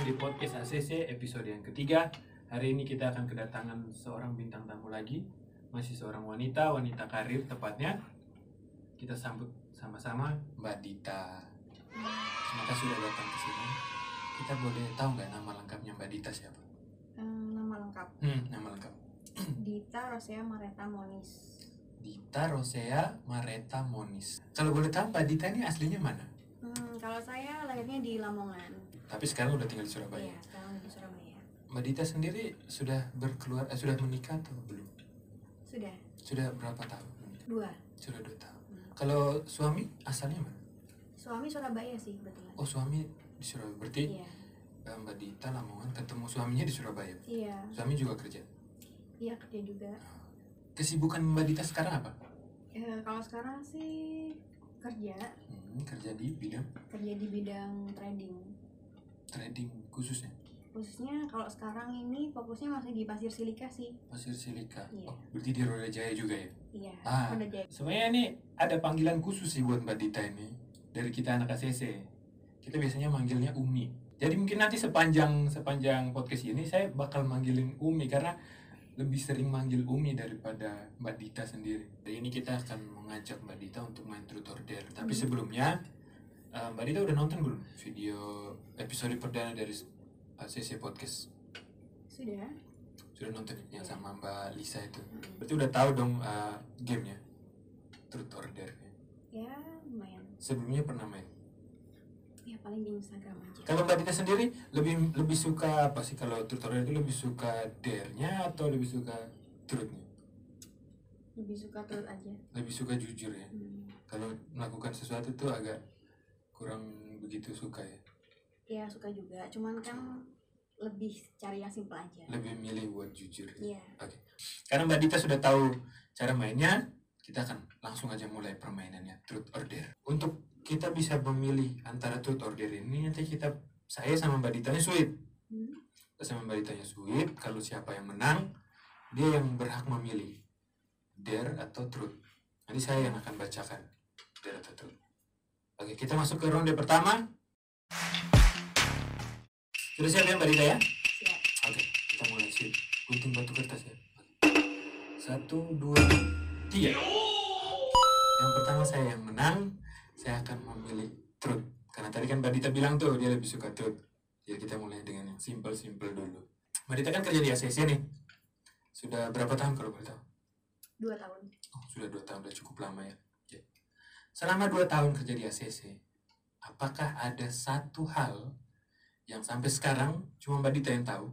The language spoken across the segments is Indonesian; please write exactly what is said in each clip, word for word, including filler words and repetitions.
di podcast A C C episode yang ketiga. Hari ini kita akan kedatangan seorang bintang tamu lagi, masih seorang wanita, wanita karir tepatnya. Kita sambut sama-sama Mbak Dita. Terima kasih sudah datang ke sini. Kita boleh tahu nggak nama lengkapnya Mbak Dita siapa? Um, nama lengkap. Hmm, nama lengkap. Dita Rosea Mareta Monis. Dita Rosea Mareta Monis. Kalau boleh tahu Mbak Dita ini aslinya mana? Hmm, kalau saya lahirnya di Lamongan. Tapi sekarang udah tinggal di Surabaya. Iya, sekarang di Surabaya. Mbak Dita sendiri sudah berkeluar, eh, sudah menikah atau belum? Sudah. Sudah berapa tahun? Dua. Sudah dua tahun. Hmm. Kalau suami asalnya mana? Suami Surabaya sih kebetulan. Oh, suami di Surabaya. Berarti iya. Mbak Dita Lamongan ketemu suaminya di Surabaya. Iya. Suami juga kerja. Iya, kerja juga. Kesibukan Mbak Dita sekarang apa? Ya, kalau sekarang sih kerja. Hmm, kerja di bidang? Kerja di bidang trading. Trading khususnya? Khususnya kalau sekarang ini fokusnya masih di pasir silika sih. Pasir silika. Iya. Oh, berarti di Roda Jaya juga ya? Iya. Ah, Roda Jaya. sebenarnya ini ada panggilan khusus sih buat Mbak Dita ini dari kita anak A C C. Kita biasanya manggilnya Umi. Jadi mungkin nanti sepanjang sepanjang podcast ini saya bakal manggilin Umi karena lebih sering manggil Umi daripada Mbak Dita sendiri. Hari ini kita akan mengajak Mbak Dita untuk main Truth or Dare. Tapi Hmm. sebelumnya uh, Mbak Dita udah nonton belum video episode perdana dari A C C Podcast? Sudah. Sudah nonton yang sama Mbak Lisa itu. Hmm. Berarti udah tahu dong uh, gamenya Truth or Dare-nya. Ya, lumayan. Sebelumnya pernah main? Ya, paling di Instagram aja. Kalau Mbak Dita sendiri lebih lebih suka apa sih? Kalau Truth or Dare itu lebih suka dare-nya atau lebih suka truth-nya? Lebih suka truth aja. Lebih suka jujur ya. Hmm. Kalau melakukan sesuatu tuh agak kurang begitu suka ya. Ya, suka juga. Cuman kan lebih cari yang simpel aja. Lebih milih buat jujur. Iya. Oke. Karena Mbak Dita sudah tahu cara mainnya, kita akan langsung aja mulai permainannya Truth or Dare. Untuk kita bisa memilih antara Truth or Dare ini, nanti kita saya sama Mbak Ditanya sweet. Hmm. Sama Mbak Ditanya sweet. Kalau siapa yang menang, dia yang berhak memilih Dare atau Truth. Nanti saya yang akan bacakan Dare atau Truth. Oke, kita masuk ke ronde pertama. Sudah siap ya Mbak Dita ya? Siap. Oke, kita mulai sweet. Gunting batu kertas ya. Satu, dua, tiga. Yang pertama saya yang menang. Saya akan memilih truth. Karena tadi kan Mbak Dita bilang tuh dia lebih suka truth. Jadi kita mulai dengan yang simple-simple dulu. Mbak Dita kan kerja di A C C nih. Sudah berapa tahun kalau boleh tahu? Dua tahun. Oh, sudah dua tahun, udah cukup lama ya. Oke. Selama dua tahun kerja di A C C, apakah ada satu hal yang sampai sekarang cuma Mbak Dita yang tahu?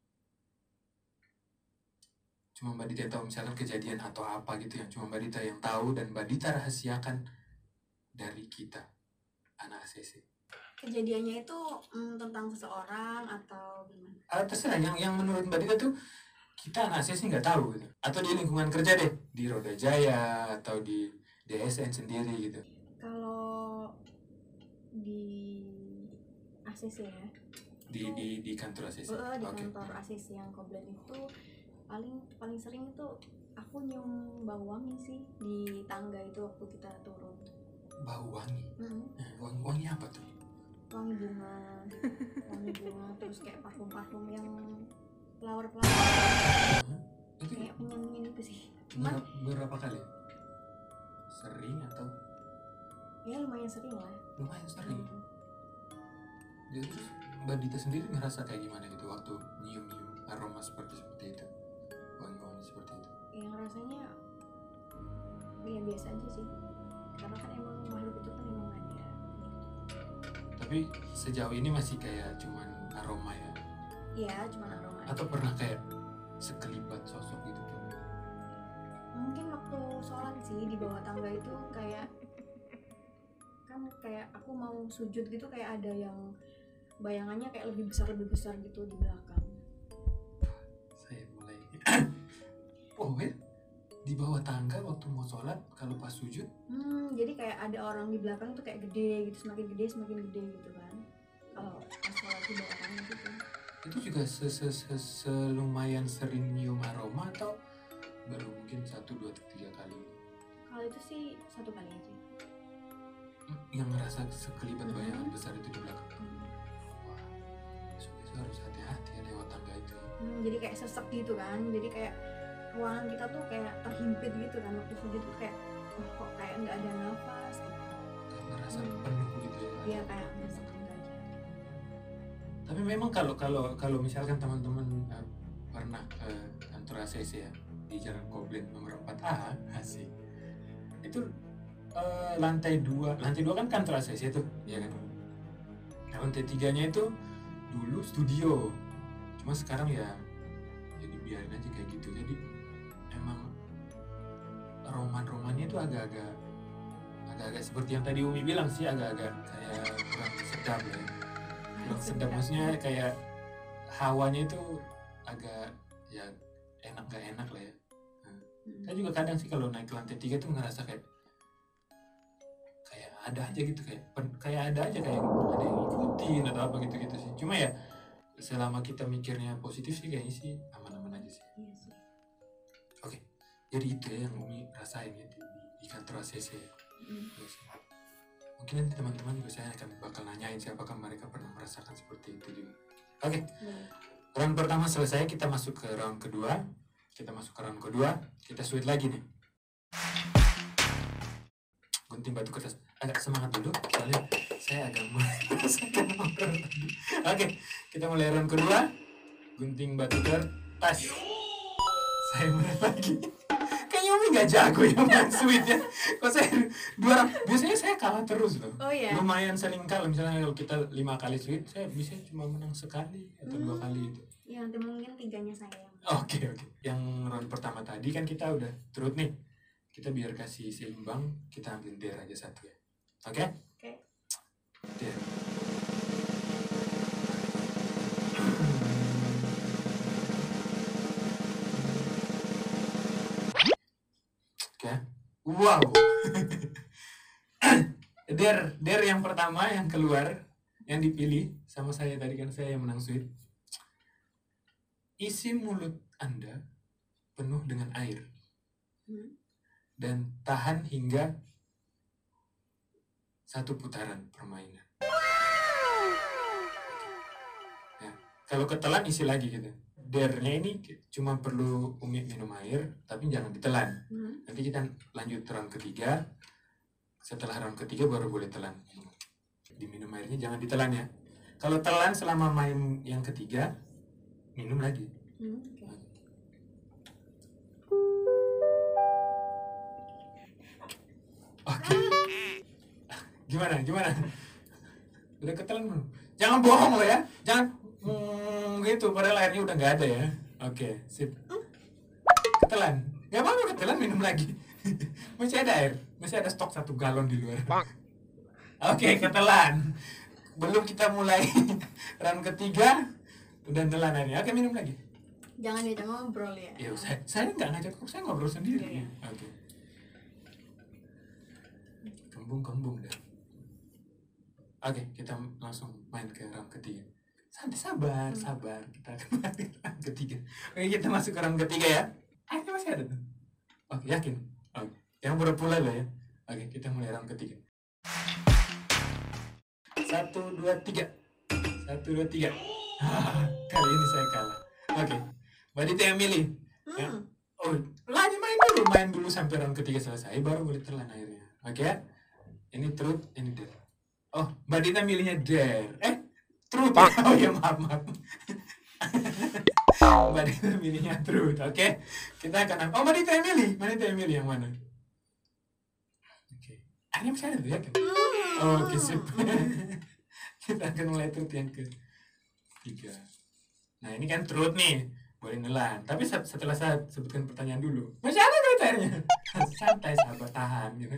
Cuma Mbak Dita yang tahu, misalkan kejadian atau apa gitu yang cuma Mbak Dita yang tahu dan Mbak Dita rahasiakan dari kita, anak A C C. Kejadiannya itu mm, tentang seseorang atau gimana? Ah, terserah, yang yang menurut Mbak Dita tuh kita anak A C C nggak tahu gitu. Atau di lingkungan kerja deh, di Roda Jaya atau di D S N sendiri gitu. Kalau di A C C ya? Di di di kantor A C C. Uh, di Oke. kantor A C C yang Koblen itu paling paling sering itu aku nyium bau wangi sih di tangga itu waktu kita turun. Bau wangi. Hmm. Wangi, wangi apa tuh? Wangi bunga, wangi bunga terus kayak parfum-parfum yang flower-flower Hah? Itu kayak penyen-penyen itu sih. Cuman ber- berapa kali? Sering atau ya lumayan sering lah. lumayan sering? Hmm. Jadi terus Mbak Dita sendiri ngerasa kayak gimana gitu waktu nyium-nyium aroma seperti seperti itu, wangi-wangi seperti itu? Yang rasanya ya biasa aja sih. Karena kan emang makhluk itu kan emang ada. Tapi sejauh ini masih kayak cuman aroma ya? Iya, cuma aroma. Atau pernah kayak sekelibat sosok gitu? Mungkin waktu sholat sih di bawah tangga itu kayak kan kayak aku mau sujud gitu kayak ada yang bayangannya kayak lebih besar lebih besar gitu di belakang. Saya mulai oh ya? Di bawah tangga waktu mau sholat kalau pas sujud? Hmm, jadi kayak ada orang di belakang tuh kayak gede gitu, semakin gede semakin gede gitu kan. Kalau pas sholat di bawah tangga gitu. Itu juga se -se -se -se lumayan sering nyium aroma atau baru mungkin satu dua tiga kali? Kalau itu sih satu kali aja. Yang ngerasa sekelibat Hmm. bayangan besar itu di belakang? Hmm. Wah, sudah harus hati-hati ya lewat tangga itu. Hmm, jadi kayak sesek gitu kan, jadi kayak ruangan kita tuh kayak terhimpit gitu kan waktu sujud tuh kayak oh, kok kayak nggak ada nafas gitu. Kayak ngerasa Hmm. penuh gitu ya. Iya kayak sesek gitu aja. Tapi memang kalau kalau kalau misalkan teman-teman uh, pernah ke kantor A C C ya di Jalan Koblen nomor empat A, asik. Itu uh, lantai dua, lantai dua kan kantor A C C tuh, ya kan. Nah, lantai tiganya itu dulu studio, cuma sekarang ya jadi biarin aja kayak gitu. Jadi emang roman-romannya itu agak-agak agak-agak seperti yang tadi Umi bilang sih, agak-agak kayak kurang sedap ya. Kurang sedap maksudnya kayak hawanya itu agak ya enak gak enak lah ya. Nah, Hmm. saya juga kadang sih kalau naik ke lantai tiga tuh ngerasa kayak kayak ada aja gitu, kayak pen- kayak ada aja kayak ada yang ngikutin atau apa gitu-gitu sih. Cuma ya selama kita mikirnya positif sih kayaknya sih aman-aman aja sih. Iya sih. Oke, jadi itu ya yang Umi rasain ya di, di kantor A C C. Hmm. Iya sih. Mungkin nanti teman-teman juga saya akan bakal nanyain siapakah mereka pernah merasakan seperti itu juga. Oke, Boleh. round pertama selesai, kita masuk ke round kedua. Kita masuk ke round kedua, kita sweet lagi nih. Gunting batu kertas. Agak semangat dulu, soalnya saya agak merasakan horor tadi. Oke, kita mulai round kedua. Gunting batu kertas. Saya mulai lagi. Kayaknya Umi gak jago ya main sweet ya. Kok saya dua round, biasanya saya kalah terus loh. Oh ya. Lumayan sering kalah, misalnya kalau kita lima kali sweet, saya bisa cuma menang sekali atau dua Hmm. kali itu. Ya nanti mungkin tiganya saya yang. Oke oke. Yang round pertama tadi kan kita udah truth nih. Kita biar kasih seimbang, kita ambil dare aja satu ya. Oke? Oke. Dare. Oke. Wow. Dare, dare yang pertama yang keluar, yang dipilih sama saya tadi kan saya yang menang sweet. Isi mulut Anda penuh dengan air Hmm. dan tahan hingga satu putaran permainan. Ya, kalau ketelan isi lagi gitu. Dare-nya ini cuma perlu Umi minum air, tapi jangan ditelan. Hmm. Nanti kita lanjut round ketiga. Setelah round ketiga baru boleh telan. Diminum airnya jangan ditelan ya. Kalau telan selama main yang ketiga, minum lagi. Hmm. Oke. Oke. Gimana? Gimana? Udah ketelan belum? Jangan bohong lo ya. Jangan hmm, gitu. Padahal airnya udah nggak ada ya. Oke, sip. Ketelan. Gak apa-apa ketelan, minum lagi. Masih ada air. Masih ada stok satu galon di luar. Oke, ketelan. Belum kita mulai round ketiga, udah telan airnya. Oke, minum lagi. Jangan diajak ngobrol ya. Ya, saya, saya nggak ngajak, saya ngobrol sendiri. Iya. Oke. Kembung-kembung deh. Oke, kita langsung main ke round ketiga. Santai, sabar, Hmm. sabar. Kita akan main ke round ketiga. Oke, kita masuk ke round ketiga ya. Airnya masih ada tuh. Oke, yakin? Oke. Yang pura-pura lah ya. Oke, kita mulai round ketiga. Satu, dua, tiga. Satu, dua, tiga. Kali ini saya kalah. Oke, Mbak Dita yang milih. Ya. Hmm. Oh, lanjut main dulu, main dulu sampai round ketiga selesai, baru boleh telan airnya. Oke ya? Ini truth, ini dare. Oh, Mbak Dita milihnya dare. Eh, truth. Oh ya, maaf, maaf. Mbak Dita milihnya truth. Oke, kita akan. Oh, Mbak Dita yang milih. Mbak Dita yang milih yang mana? Oke, airnya masih ada tuh ya kan? Hmm. Oke, sip. Kita akan mulai truth yang ketiga. Nah, ini kan truth nih. Boleh nelan. Tapi set- setelah saya sebutkan pertanyaan dulu. Masih ada tuh airnya. Santai, sahabat, tahan. Gitu.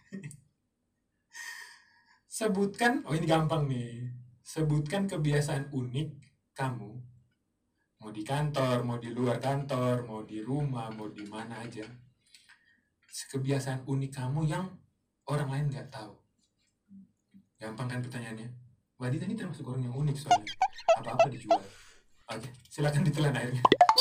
Sebutkan, oh ini gampang nih. Sebutkan kebiasaan unik kamu. Mau di kantor, mau di luar kantor, mau di rumah, mau di mana aja. Kebiasaan unik kamu yang orang lain nggak tahu. Gampang kan pertanyaannya? Mbak Dita ini termasuk orang yang unik soalnya. Apa-apa dijual. Oke, silakan ditelan airnya.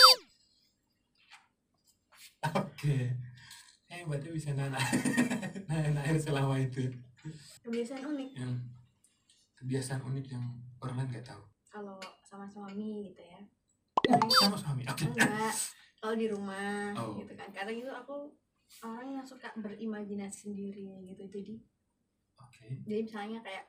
Oke. Eh, Mbak Dita bisa nahan nahan air selama itu. Kebiasaan unik Yang kebiasaan unik yang orang lain nggak tahu. kalau sama sama suami gitu ya. Oh, sama suami. Oke. Enggak, kalau di rumah Oh. gitu kan. Karena itu aku orang yang suka berimajinasi sendiri gitu. Jadi Oke. jadi misalnya kayak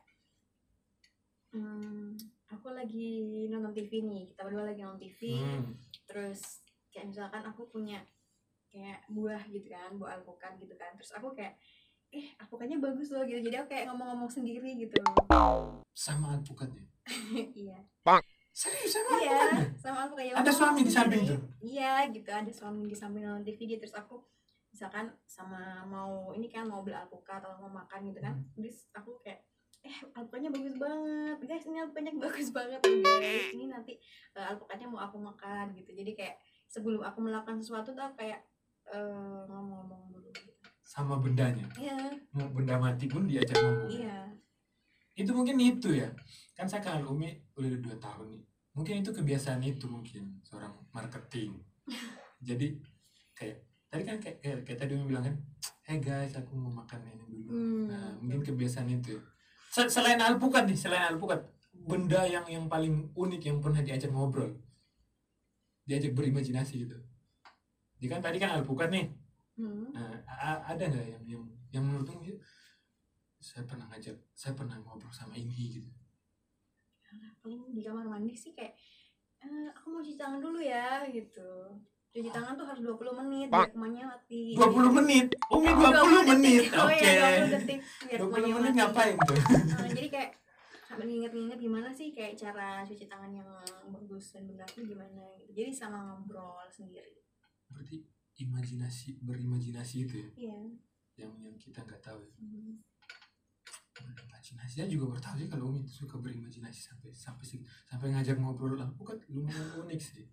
hmm, aku lagi nonton T V nih, kita berdua lagi nonton T V, Hmm. terus kayak misalkan aku punya kayak buah gitu kan, buah alpukat gitu kan, terus aku kayak eh alpukatnya bagus loh gitu, jadi aku kayak ngomong-ngomong sendiri gitu. Sama alpukatnya. Iya. Serius sama Iya, alpukatnya? sama aku kayak Ada ngomong suami di samping sendiri. tuh? Iya gitu, ada suami di samping nonton T V dia, terus aku misalkan sama mau ini kan mau beli alpukat atau mau makan gitu kan, terus aku kayak eh alpukatnya bagus banget guys, ini alpukatnya bagus banget guys, ini nanti uh, alpukatnya mau aku makan gitu. Jadi kayak sebelum aku melakukan sesuatu tuh aku kayak uh, ngomong-ngomong dulu gitu. Sama bendanya. Iya. Mau benda mati pun diajak ngomong. Iya. Itu mungkin itu ya. Kan saya kenal Umi udah dua tahun nih. Mungkin itu kebiasaan itu mungkin seorang marketing. Jadi kayak tadi kan kayak, kayak, kayak tadi Umi bilang kan, hey guys aku mau makan ini dulu. Hmm. Nah mungkin kebiasaan itu. Ya. Selain alpukat nih, selain alpukat, benda yang yang paling unik yang pernah diajak ngobrol, diajak berimajinasi gitu. Jadi kan tadi kan alpukat nih. Hmm. Nah, ada nggak yang yang yang menurutmu gitu? Saya pernah ngajak, saya pernah ngobrol sama ini gitu. Paling di kamar mandi sih kayak eh, aku mau cuci tangan dulu ya gitu. Cuci tangan tuh harus dua puluh menit biar kumannya mati. dua puluh menit? Umi dua puluh menit? Oh Oke. iya, dua puluh detik biar dua puluh kumannya menit mati. ngapain tuh? Uh, jadi kayak sambil nginget-nginget gimana sih kayak cara cuci tangan yang bagus dan benar tuh gimana gitu. Jadi sama ngobrol sendiri. Berarti imajinasi, berimajinasi itu ya? Iya. Yang yang kita nggak tahu ya. Hmm. Berimajinasi, saya juga baru tahu sih kalau Umi itu suka berimajinasi sampai sampai sampai ngajak ngobrol lah, bukan lumayan unik sih.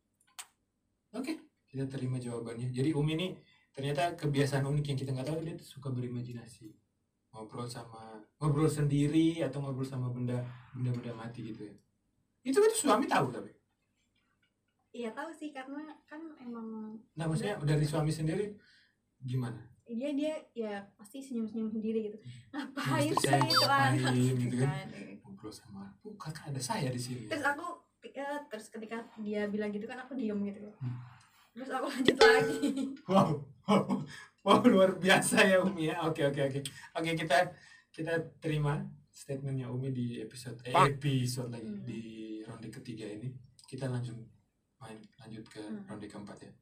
Oke, kita terima jawabannya. Jadi Umi ini ternyata kebiasaan unik yang kita nggak tahu, dia tuh suka berimajinasi, ngobrol sama ngobrol sendiri atau ngobrol sama benda benda benda mati gitu ya. Itu itu suami tahu tapi. Iya tahu sih karena kan emang. Nah maksudnya dia, dari suami sendiri gimana? Dia dia ya pasti senyum-senyum sendiri gitu. Ngapain sih itu anak gitu kan? kan. Ngobrol sama aku, kakak ada saya di sini. Terus aku ya, terus ketika dia bilang gitu kan aku diem gitu. Hmm. Terus aku lanjut lagi. Wow, wow, wow luar biasa ya Umi ya. Oke oke oke. Oke kita kita terima statementnya Umi di episode eh, episode lagi hmm. di ronde ketiga ini. Kita lanjut main lanjut ke hmm. ronde keempat ya.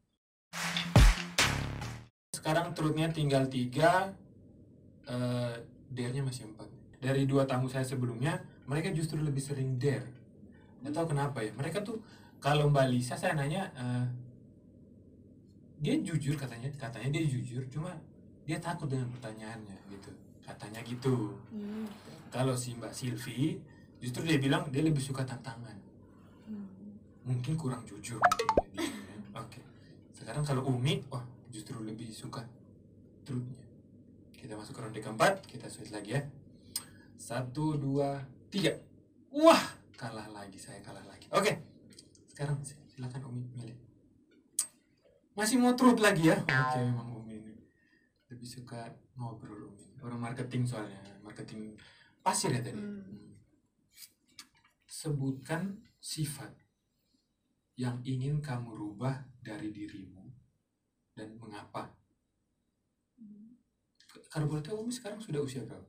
Sekarang truthnya tinggal tiga, uh, dare-nya masih empat. Dari dua tamu saya sebelumnya, mereka justru lebih sering dare. Nggak tahu kenapa ya. Mereka tuh kalau Mbak Lisa saya nanya, uh, dia jujur katanya, katanya dia jujur, cuma dia takut dengan pertanyaannya gitu. Katanya gitu. Hmm. Kalau si Mbak Silvi, justru dia bilang dia lebih suka tantangan. Hmm. Mungkin kurang jujur mungkin dia. Oke. Okay. Sekarang kalau Umi, wah justru lebih suka truthnya. Kita masuk ke ronde keempat, kita switch lagi ya. Satu, dua, tiga. Wah, kalah lagi, saya kalah lagi. Oke, sekarang silakan Umi milih. Masih mau truth lagi ya? Oke, memang Umi ini lebih suka ngobrol Umi. Orang marketing soalnya, marketing pasir ya tadi. Hmm. Sebutkan sifat yang ingin kamu rubah dari dirimu dan mengapa? Hmm. Kalau boleh tahu Umi sekarang sudah usia berapa?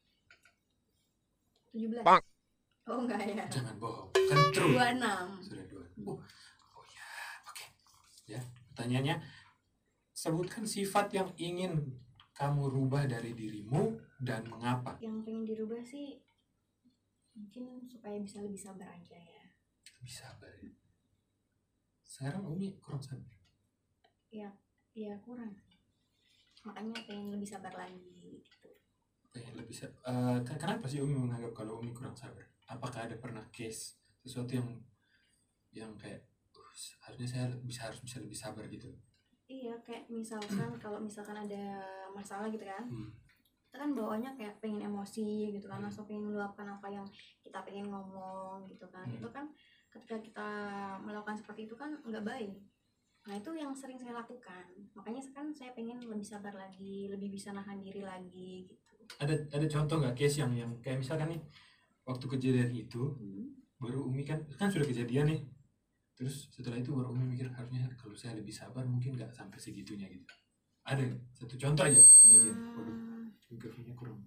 tujuh belas. Oh enggak ya. Jangan bohong. Kan true. dua puluh enam. Sudah dua. Oh, oh ya. Oke. Okay. Ya, pertanyaannya sebutkan sifat yang ingin kamu rubah dari dirimu dan mengapa? Yang pengen dirubah sih mungkin supaya bisa lebih sabar aja ya. Lebih sabar ya. Sekarang Umi kurang sabar. Ya. Iya kurang, makanya pengen lebih sabar lagi gitu. Pengen lebih sabar. Uh, kenapa sih Umi menganggap kalau Umi kurang sabar? Apakah ada pernah case sesuatu yang yang kayak uh, harusnya saya bisa harus bisa lebih sabar gitu? Iya kayak misalkan kalau misalkan ada masalah gitu kan, hmm. kita kan bawaannya kayak pengen emosi gitu kan, hmm. langsung pengen meluapkan apa yang kita pengen ngomong gitu kan. Hmm. Itu kan ketika kita melakukan seperti itu kan nggak baik. Nah itu yang sering saya lakukan, makanya sekarang saya pengen lebih sabar lagi, lebih bisa nahan diri lagi gitu. Ada ada contoh nggak case yang yang kayak misalkan nih waktu kejadian itu, hmm. baru Umi kan kan sudah kejadian nih, terus setelah itu baru Umi mikir harusnya kalau saya lebih sabar mungkin nggak sampai segitunya gitu. Ada nggak? Satu contoh aja kejadian. Waduh, Hmm, mikrofonnya kurang.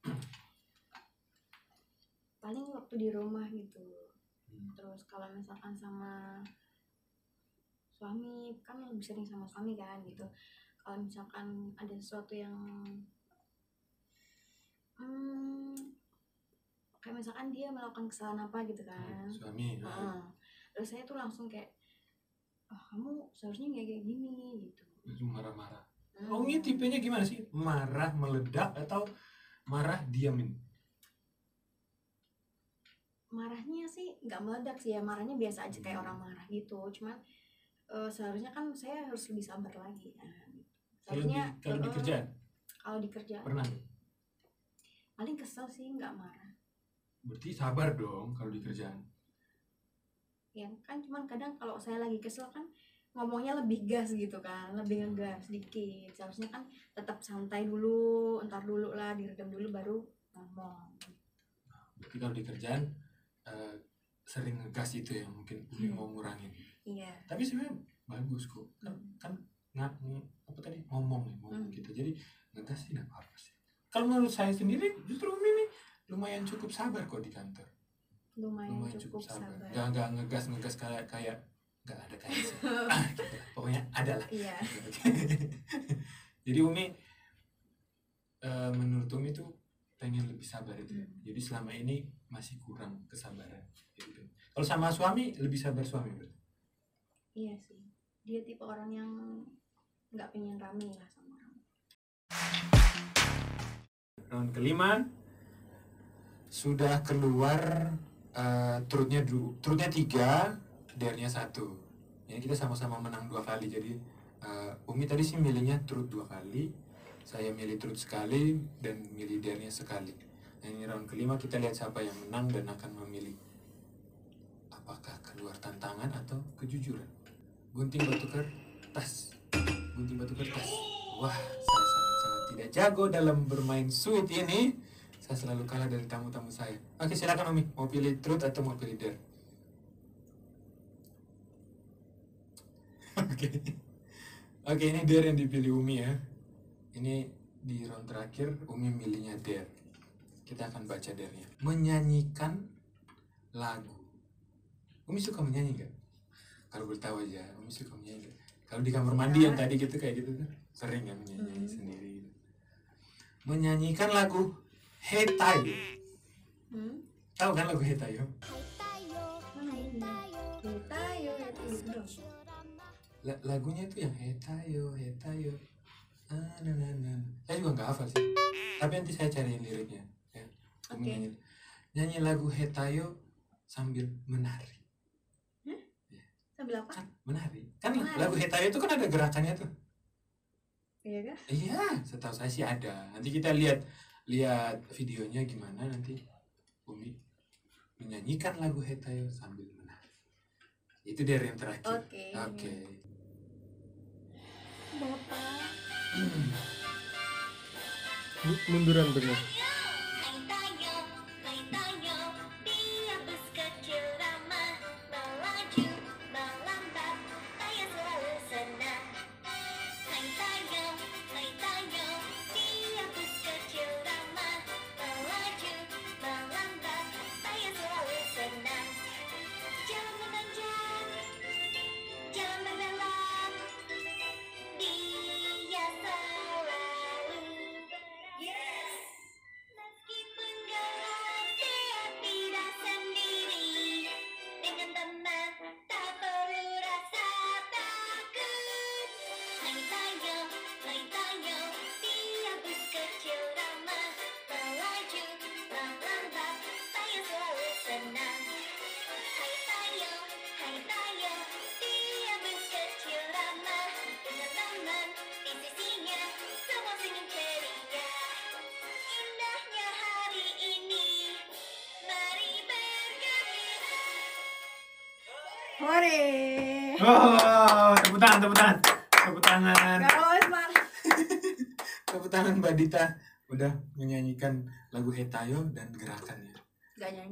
paling waktu di rumah gitu. Hmm. Terus kalau misalkan sama suami, kan lebih sering sama suami kan gitu. Kalau misalkan ada sesuatu yang hmm, kayak misalkan dia melakukan kesalahan apa gitu kan, Suami, nah, Heeh. Terus saya tuh langsung kayak, oh kamu seharusnya nggak kayak gini gitu. langsung marah-marah. Hmm. Umi tipenya gimana sih? Marah meledak atau marah diamin? Marahnya sih nggak meledak sih ya, marahnya biasa aja kayak Hmm. orang marah gitu. Cuman eh, seharusnya kan saya harus lebih sabar lagi kan. Kalau di Seharusnya kalau di eh, kerjaan kalau di kerjaan pernah? paling kesel sih, nggak marah. Berarti sabar dong kalau di kerjaan. Ya kan, cuman kadang kalau saya lagi kesel kan ngomongnya lebih gas gitu kan, lebih ngegas sedikit. Seharusnya kan tetap santai dulu, entar dulu lah, diredam dulu baru ngomong. Berarti kalau di kerjaan eh, sering ngegas itu ya mungkin Umi Hmm. mau ngurangin. Iya. Tapi sebenarnya bagus kok. Kan kan nggak ng- apa tadi ngomong nih ngomong Hmm. gitu. Jadi ngegas sih nggak apa-apa sih. Kalau menurut saya sendiri justru Umi nih lumayan cukup sabar kok di kantor. Lumayan, Lumayan cukup, cukup sabar. sabar. Nggak nggak ngegas ngegas kayak kayak nggak ada kayak sih. Ah, gitu. Pokoknya ada lah. Iya. Jadi Umi eh, menurut Umi tuh pengen lebih sabar itu. Hmm. Jadi selama ini masih kurang kesabaran. Gitu. Kalau sama suami lebih sabar suami berarti. Iya sih. Dia tipe orang yang nggak pengen rame lah sama orang. Round kelima sudah keluar uh, trutnya dulu, trutnya tiga, dare-nya satu. Ini kita sama-sama menang dua kali. Jadi uh, Umi tadi sih milihnya trut dua kali, saya milih trut sekali dan milih dare-nya sekali. Nah, ini round kelima kita lihat siapa yang menang dan akan memilih apakah keluar tantangan atau kejujuran. Gunting batu kertas, gunting batu kertas. Wah, saya sangat-sangat tidak jago dalam bermain sweet ini. Saya selalu kalah dari tamu-tamu saya. Oke, silakan Umi, mau pilih truth atau mau pilih dare? Oke, oke ini dare yang dipilih Umi ya. Ini di round terakhir Umi milihnya dare. Kita akan baca dare-nya. Menyanyikan lagu. Umi suka menyanyi nggak? Kalau boleh tahu aja, Umi suka menyanyi nggak? Kalau di kamar mandi yang tadi gitu kayak gitu kan sering kan menyanyi Hmm. sendiri. Menyanyikan lagu Hetayo. Hmm? Tahu kan lagu Hetayo? Mana ini? Hetayo, Hetayo dong. La- lagunya tuh yang Hetayo, Hetayo. Ah, na, na, na. Saya juga nggak hafal sih. Tapi nanti saya cariin liriknya. Ya. Umi Oke. nyanyi, nyanyi lagu Hetayo sambil menari. Sambil apa? Kan menari. Kan Menari. lagu Hetayo itu kan ada gerakannya tuh. Iya kah? Iya, setahu saya sih ada. Nanti kita lihat lihat videonya gimana nanti Umi menyanyikan lagu Hetayo sambil menari. Itu dari yang terakhir. Oke. Oke. Bapak. Munduran bener. Hore. Oh, tepuk tangan, tepuk tangan. Tepuk tangan. Gawat, Mar. Tepuk tangan Mbak Dita udah menyanyikan lagu Hetayo dan gerakannya. Gak nyanyi aku.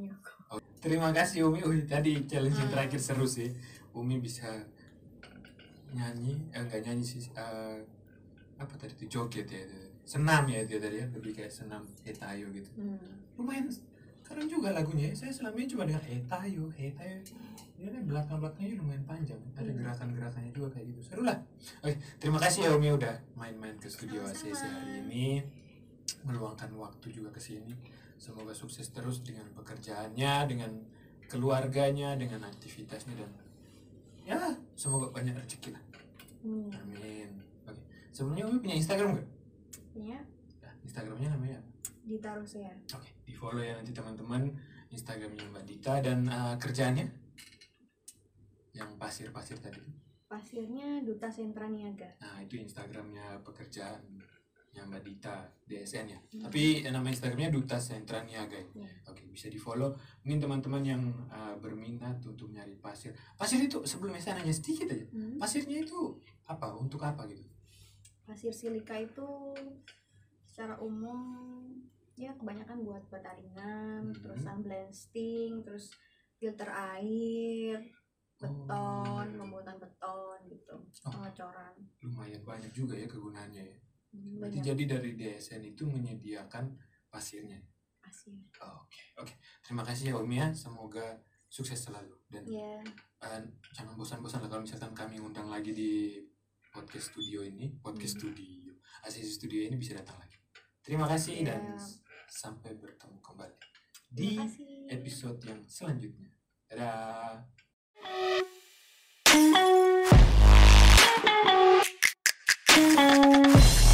Oh, terima kasih Umi. Wih, tadi challenge yang Hmm. terakhir seru sih. Umi bisa nyanyi, eh enggak nyanyi sih, eh, apa tadi itu joget ya, itu. Senam ya itu tadi ya, lebih kayak senam hetayo gitu. Hmm. Lumayan keren juga lagunya. Saya selama ini cuma dengar hetayo, hetayo. Ini kan belakang-belakangnya lumayan panjang. Ada Hmm. gerakan-gerakannya juga kayak gitu. Seru lah. Oke, terima kasih ya Umi udah main-main ke studio A C C Sama-sama. hari ini, meluangkan waktu juga ke sini. Semoga sukses terus dengan pekerjaannya, dengan keluarganya, dengan aktivitasnya dan ya semoga banyak rezeki lah. Hmm. Amin. Oke. Sebelumnya Umi punya Instagram nggak? Ya, Nah, Instagramnya namanya apa? ditaruh saya. Oke, di follow ya nanti teman-teman Instagramnya Mbak Dita dan uh, kerjaannya yang pasir-pasir tadi. Pasirnya Duta Sentra Niaga. Nah itu Instagramnya pekerjaan yang Mbak Dita D S N ya. Hmm. Tapi eh, nama Instagramnya Duta Sentra Niaga. Ya? Ya. Oke, bisa di follow. Mungkin teman-teman yang uh, berminat untuk nyari pasir. Pasir itu sebelumnya saya nanya sedikit aja. Hmm. Pasirnya itu apa? Untuk apa gitu? Pasir silika itu secara umum ya kebanyakan buat bata ringan, Hmm. terus sunblasting, terus filter air, beton, Oh. pembuatan beton gitu, Oh. pengecoran. Lumayan banyak juga ya kegunaannya ya. Hmm, Berarti banyak jadi dari D S N itu menyediakan pasirnya. pasir. Oke, oke. Terima kasih ya Umi ya. Semoga sukses selalu dan Ya, eh, jangan bosan-bosan lah kalau misalkan kami undang lagi di podcast studio ini, podcast Hmm. studio, A C C studio ini bisa datang lagi. Terima kasih Ya. dan s- sampai bertemu kembali di terima kasih. episode yang selanjutnya. Dadah. Thank you.